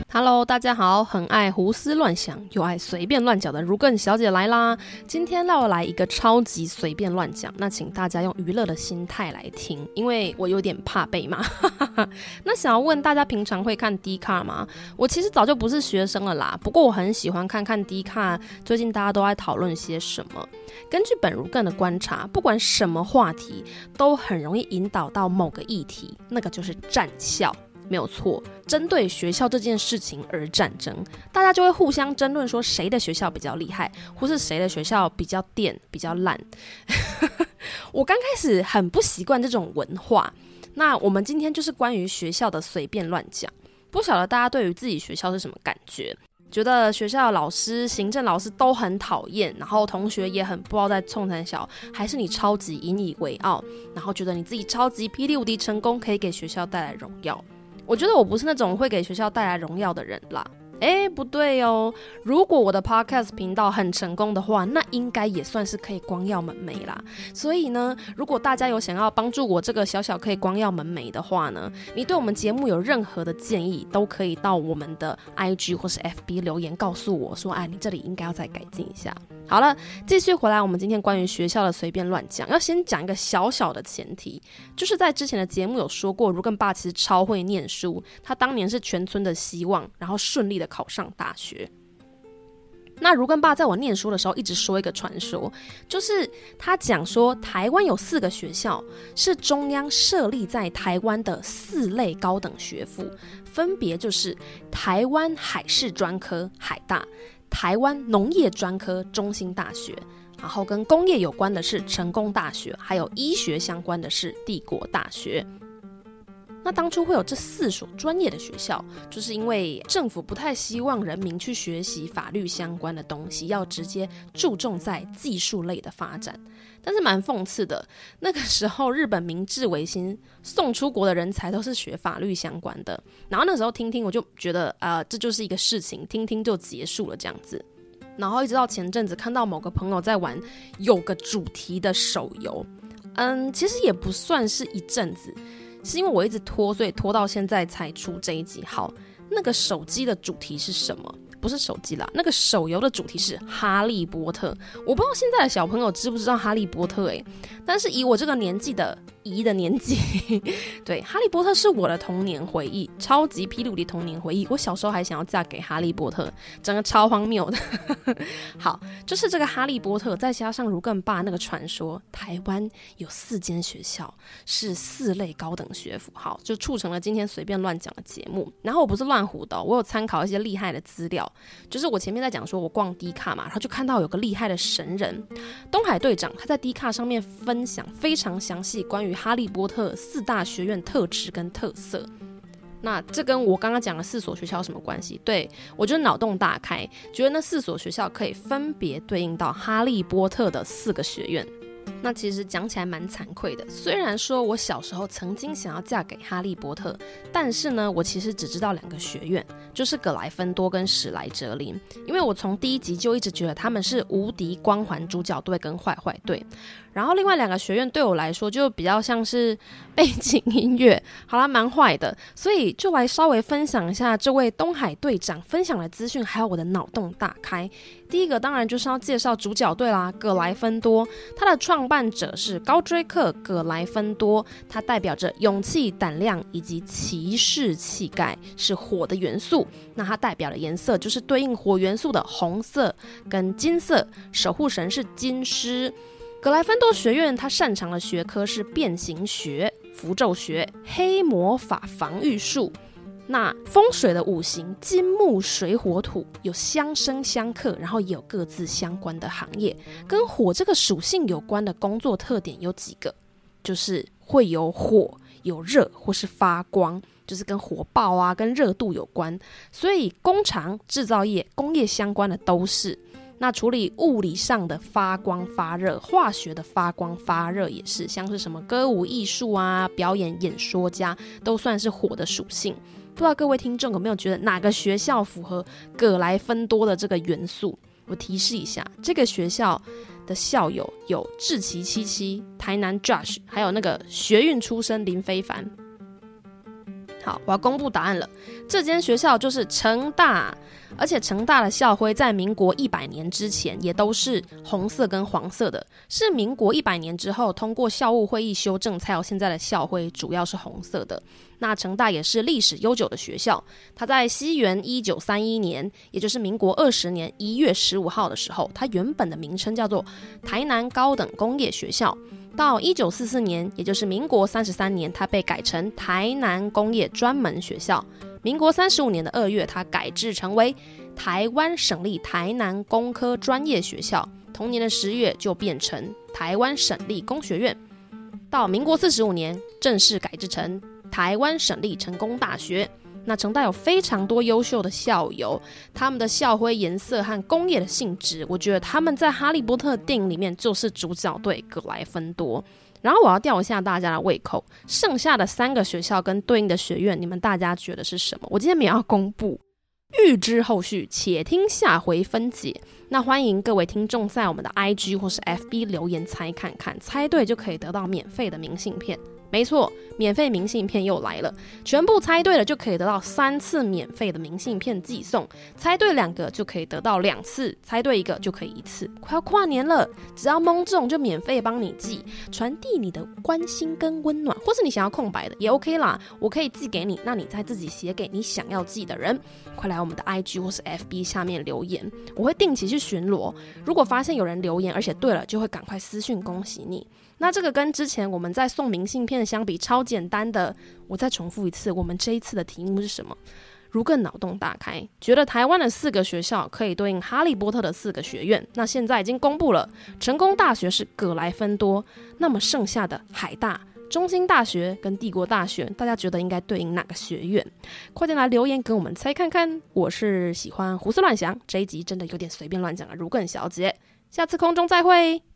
Hello， 大家好，很爱胡思乱想又爱随便乱讲的如更小姐来啦！今天要来一个超级随便乱讲，那请大家用娱乐的心态来听，因为我有点怕被骂。那想要问大家平常会看 Dcard 吗？我其实早就不是学生了啦，不过我很喜欢看看 Dcard 最近大家都在讨论些什么。根据本如更的观察，不管什么话题都很容易引导到某个议题，那个就是战校。没有错，针对学校这件事情而战争，大家就会互相争论说谁的学校比较厉害，或是谁的学校比较电比较烂。我刚开始很不习惯这种文化，那我们今天就是关于学校的随便乱讲。不晓得大家对于自己学校是什么感觉？觉得学校的老师、行政老师都很讨厌，然后同学也很不知道在冲三小，还是你超级引以为傲，然后觉得你自己超级霹雳无敌成功，可以给学校带来荣耀？我觉得我不是那种会给学校带来荣耀的人啦。不对哦，如果我的 podcast 频道很成功的话，那应该也算是可以光耀门楣啦。所以呢，如果大家有想要帮助我这个小小可以光耀门楣的话呢，你对我们节目有任何的建议，都可以到我们的 IG 或是 FB 留言告诉我说，你这里应该要再改进一下。好了，继续回来，我们今天关于学校的随便乱讲，要先讲一个小小的前提，就是在之前的节目有说过，如更爸其实超会念书，他当年是全村的希望，然后顺利的考上大学。那如根爸在我念书的时候一直说一个传说，就是他讲说台湾有4个学校是中央设立在台湾的4类高等学府，分别就是台湾海事专科海大，台湾农业专科中兴大学，然后跟工业有关的是成功大学，还有医学相关的是帝国大学。那当初会有这4所专业的学校，就是因为政府不太希望人民去学习法律相关的东西，要直接注重在技术类的发展。但是蛮讽刺的，那个时候日本明治维新送出国的人才都是学法律相关的，然后那时候听听我就觉得这就是一个事情，听听就结束了这样子。然后一直到前阵子看到某个朋友在玩有个主题的手游，其实也不算是一阵子，是因为我一直拖，所以拖到现在才出这一集。好，那个手机的主题是什么？不是手机啦，那个手游的主题是哈利波特。我不知道现在的小朋友知不知道哈利波特但是以我这个年纪的姨的年纪，对，哈利波特是我的童年回忆，超级霹雳无敌童年回忆。我小时候还想要嫁给哈利波特，整个超荒谬的。好，就是这个哈利波特，再加上如更爸那个传说，台湾有4间学校是4类高等学府，好，就促成了今天随便乱讲的节目。然后我不是乱胡的我有参考一些厉害的资料，就是我前面在讲说我逛 Dcard 嘛，然后就看到有个厉害的神人东海队长，他在 Dcard 上面分享非常详细关于哈利波特4大学院特质跟特色。那这跟我刚刚讲的4所学校有什么关系？对，我就脑洞大开，觉得那4所学校可以分别对应到哈利波特的4个学院。那其实讲起来蛮惭愧的，虽然说我小时候曾经想要嫁给哈利波特，但是呢，我其实只知道2个学院，就是葛莱芬多跟史莱哲林，因为我从第1集就一直觉得他们是无敌光环主角队跟坏坏队。然后另外2个学院对我来说就比较像是背景音乐，好啦，蛮坏的，所以就来稍微分享一下这位东海队长分享的资讯，还有我的脑洞大开。第一个当然就是要介绍主角队啦，葛莱芬多，他的创办者是高追克·葛莱芬多，他代表着勇气、胆量以及骑士气概，是火的元素。那他代表的颜色就是对应火元素的红色跟金色，守护神是金狮。葛莱芬多学院他擅长的学科是变形学、符咒学、黑魔法防御术。那风水的5行金木水火土有相生相克，然后也有各自相关的行业。跟火这个属性有关的工作特点有几个，就是会有火、有热或是发光，就是跟火爆啊、跟热度有关。所以工厂、制造业、工业相关的都是。那处理物理上的发光发热，化学的发光发热也是，像是什么歌舞艺术啊、表演演说家都算是火的属性。不知道各位听众有没有觉得哪个学校符合葛莱芬多的这个元素？我提示一下，这个学校的校友有志祺七七、台南 Josh， 还有那个学运出身林非凡。 好，我要公布答案了，这间学校就是成大，而且成大的校徽在民国100年之前也都是红色跟黄色的，是民国100年之后通过校务会议修正才有现在的校徽主要是红色的。那成大也是历史悠久的学校，它在西元1931年，也就是民国20年1月15号的时候，它原本的名称叫做台南高等工业学校。到1944年，也就是民国33年，它被改成台南工业专门学校。民国35年的2月，它改制成为台湾省立台南工科专业学校。同年的10月就变成台湾省立工学院。到民国45年，正式改制成台湾省立成功大学。那成大有非常多优秀的校友，他们的校徽颜色和工业的性质，我觉得他们在哈利波特电影里面就是主角队葛莱芬多。然后我要吊一下大家的胃口，剩下的3个学校跟对应的学院，你们大家觉得是什么？我今天没有要公布，预知后续，且听下回分解。那欢迎各位听众在我们的 IG 或是 FB 留言猜看看，猜对就可以得到免费的明信片。没错，免费明信片又来了，全部猜对了就可以得到3次免费的明信片寄送，猜对2个就可以得到2次，猜对1个就可以1次。快要跨年了，只要蒙中就免费帮你寄，传递你的关心跟温暖，或是你想要空白的也 OK 啦，我可以寄给你，那你再自己写给你想要寄的人。快来我们的 IG 或是 FB 下面留言，我会定期去巡逻，如果发现有人留言而且对了，就会赶快私讯恭喜你。那这个跟之前我们在送明信片相比超简单的，我再重复一次，我们这一次的题目是什么？如更脑洞大开，觉得台湾的4个学校可以对应哈利波特的4个学院，那现在已经公布了，成功大学是葛莱芬多，那么剩下的海大、中兴大学跟帝国大学，大家觉得应该对应哪个学院？快点来留言给我们猜看看。我是喜欢胡思乱想，这一集真的有点随便乱讲了，如更小姐，下次空中再会。